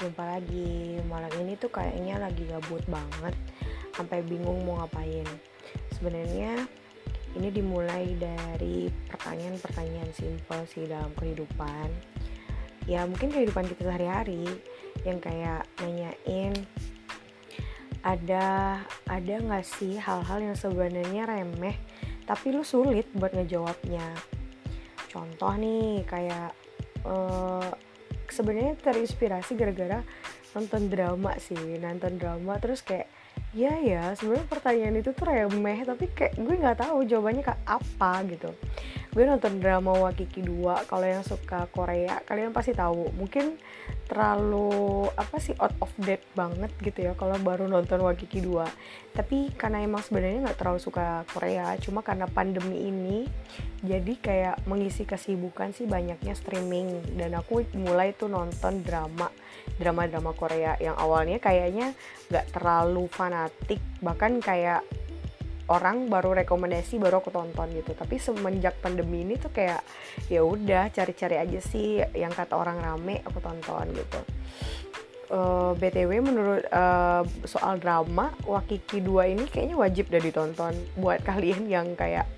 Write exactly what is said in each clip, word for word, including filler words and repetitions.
jumpa lagi. Malam ini tuh kayaknya lagi gabut banget, sampai bingung mau ngapain. Sebenarnya ini dimulai dari pertanyaan-pertanyaan simpel sih dalam kehidupan. Ya mungkin kehidupan kita sehari-hari yang kayak nanyain ada ada nggak sih hal-hal yang sebenarnya remeh tapi lu sulit buat ngejawabnya. Contoh nih kayak uh, sebenarnya terinspirasi gara-gara nonton drama sih nonton drama terus kayak ya ya sebenarnya pertanyaan itu tuh remeh tapi kayak gue nggak tahu jawabannya kayak apa gitu. Gue nonton drama Wakiki dua. Kalau yang suka Korea kalian pasti tahu, mungkin terlalu apa sih out of date banget gitu ya kalau baru nonton Wakiki dua. Tapi karena emang sebenarnya nggak terlalu suka Korea, cuma karena pandemi ini jadi kayak mengisi kesibukan sih banyaknya streaming, dan aku mulai tuh nonton drama drama-drama Korea yang awalnya kayaknya nggak terlalu fanatik, bahkan kayak orang baru rekomendasi baru aku tonton gitu. Tapi semenjak pandemi ini tuh kayak ya udah cari-cari aja sih yang kata orang rame aku tonton gitu. Uh, B T W menurut uh, soal drama Wakiki dua ini kayaknya wajib dah ditonton buat kalian yang kayak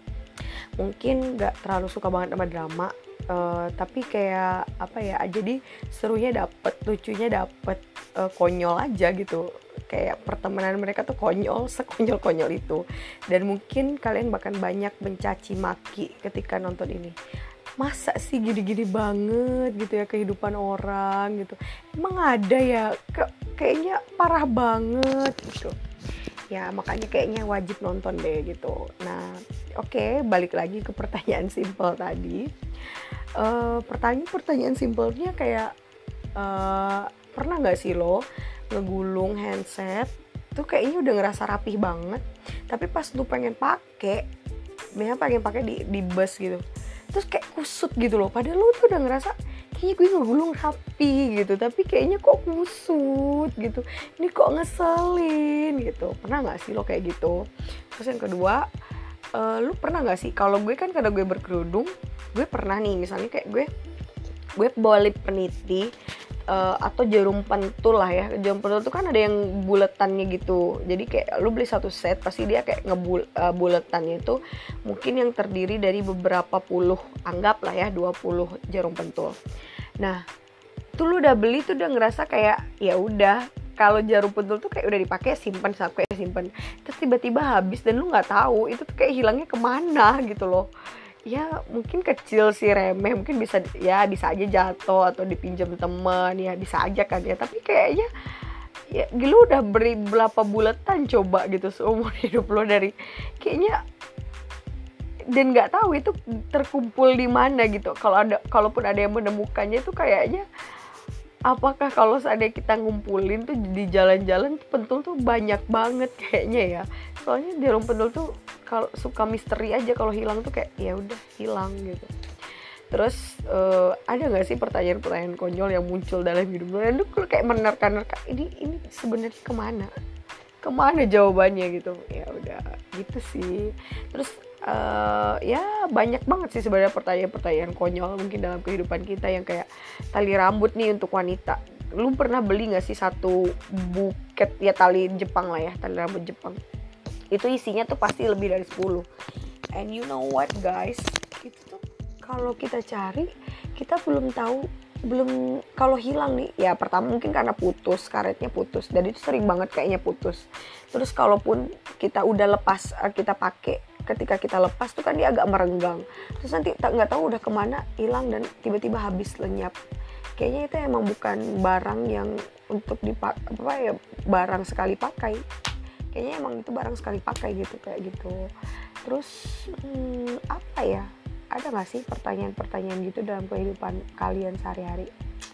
mungkin nggak terlalu suka banget sama drama, uh, tapi kayak apa ya, jadi serunya dapet, lucunya dapet, uh, konyol aja gitu. Kayak pertemanan mereka tuh konyol, sekonyol-konyol itu. Dan mungkin kalian bahkan banyak mencaci maki ketika nonton ini. Masa sih gini-gini banget gitu ya kehidupan orang gitu. Emang ada ya? Ke- kayaknya parah banget gitu. Ya makanya kayaknya wajib nonton deh gitu. Nah oke, okay, balik lagi ke pertanyaan simpel tadi. Uh, pertanyaan-pertanyaan simpelnya kayak uh, pernah gak sih lo ngegulung handset tuh kayaknya udah ngerasa rapih banget, tapi pas lu pengen pakai, misalnya pengen pakai di di bus gitu, terus kayak kusut gitu loh, padahal lu tuh udah ngerasa kayaknya gue ngegulung rapi gitu, tapi kayaknya kok kusut gitu, ini kok ngeselin gitu. Pernah nggak sih lo kayak gitu? Terus yang kedua, uh, lu pernah nggak sih, kalau gue kan karena gue berkerudung, gue pernah nih misalnya kayak gue gue bawa lip peniti Uh, atau jarum pentul lah ya. Jarum pentul tuh kan ada yang buletannya gitu, jadi kayak lu beli satu set pasti dia kayak ngebul uh, buletannya itu mungkin yang terdiri dari beberapa puluh, anggap lah ya dua puluh jarum pentul. Nah tuh lu udah beli tuh udah ngerasa kayak ya udah, kalau jarum pentul tuh kayak udah dipakai simpan sampai simpan, terus tiba-tiba habis dan lu nggak tahu itu tuh kayak hilangnya kemana gitu loh. Ya mungkin kecil sih, remeh, mungkin bisa ya bisa aja jatuh atau dipinjam teman, ya bisa aja kan ya, tapi kayaknya ya lu udah beri berapa buletan coba gitu seumur hidup lo dari kayaknya, dan nggak tahu itu terkumpul di mana gitu. Kalau ada, kalaupun ada yang menemukannya tuh kayaknya apakah kalau seandainya kita ngumpulin tuh di jalan-jalan pentul tuh banyak banget kayaknya ya. Soalnya jarum pentul tuh kalau suka misteri aja, kalau hilang tuh kayak ya udah hilang gitu. Terus uh, ada nggak sih pertanyaan-pertanyaan konyol yang muncul dalam hidup lo? Dan lu kayak menerka-nerka ini ini sebenarnya kemana? Kemana jawabannya gitu? Ya udah gitu sih. Terus uh, ya banyak banget sih sebenarnya pertanyaan-pertanyaan konyol mungkin dalam kehidupan kita yang kayak tali rambut nih untuk wanita. Lu pernah beli nggak sih satu buket ya tali Jepang lah ya, tali rambut Jepang? Itu isinya tuh pasti lebih dari sepuluh. And you know what guys, itu tuh kalau kita cari kita belum tahu, belum, kalau hilang nih ya pertama mungkin karena putus, karetnya putus, dan itu sering banget kayaknya putus. Terus kalaupun kita udah lepas, kita pakai, ketika kita lepas tuh kan dia agak merenggang, terus nanti nggak tahu udah kemana, hilang dan tiba-tiba habis lenyap. Kayaknya itu emang bukan barang yang untuk dipakai, apa ya, barang sekali pakai. Kayaknya emang itu barang sekali pakai gitu, kayak gitu. Terus hmm, apa ya, ada gak sih pertanyaan-pertanyaan gitu dalam kehidupan kalian sehari-hari?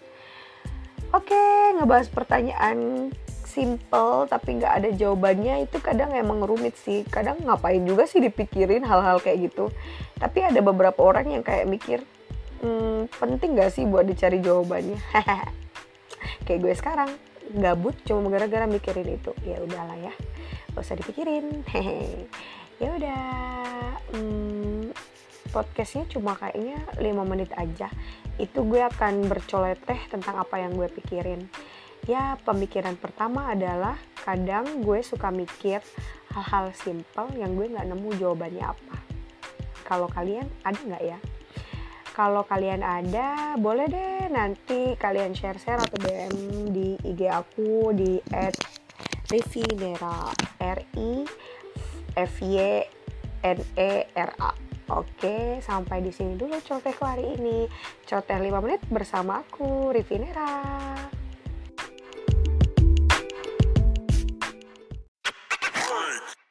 Oke, ngebahas pertanyaan simple tapi gak ada jawabannya itu kadang emang rumit sih. Kadang ngapain juga sih dipikirin hal-hal kayak gitu. Tapi ada beberapa orang yang kayak mikir, hmm, penting gak sih buat dicari jawabannya? Kayak gue sekarang gabut cuma gara-gara mikirin itu. Ya udahlah ya, gak usah dipikirin. Hehe. Ya udah, hmm, podcastnya cuma kayaknya lima menit aja. Itu gue akan bercoloteh tentang apa yang gue pikirin. Ya, pemikiran pertama adalah kadang gue suka mikir hal-hal simpel yang gue gak nemu jawabannya apa. Kalau kalian ada gak ya? Kalau kalian ada, boleh deh nanti kalian share-share atau D M di I G aku di et rifinera, R I F Y N E R A. Oke, sampai di sini dulu celotehku hari ini. Celoteh lima menit bersama aku, Rifinera.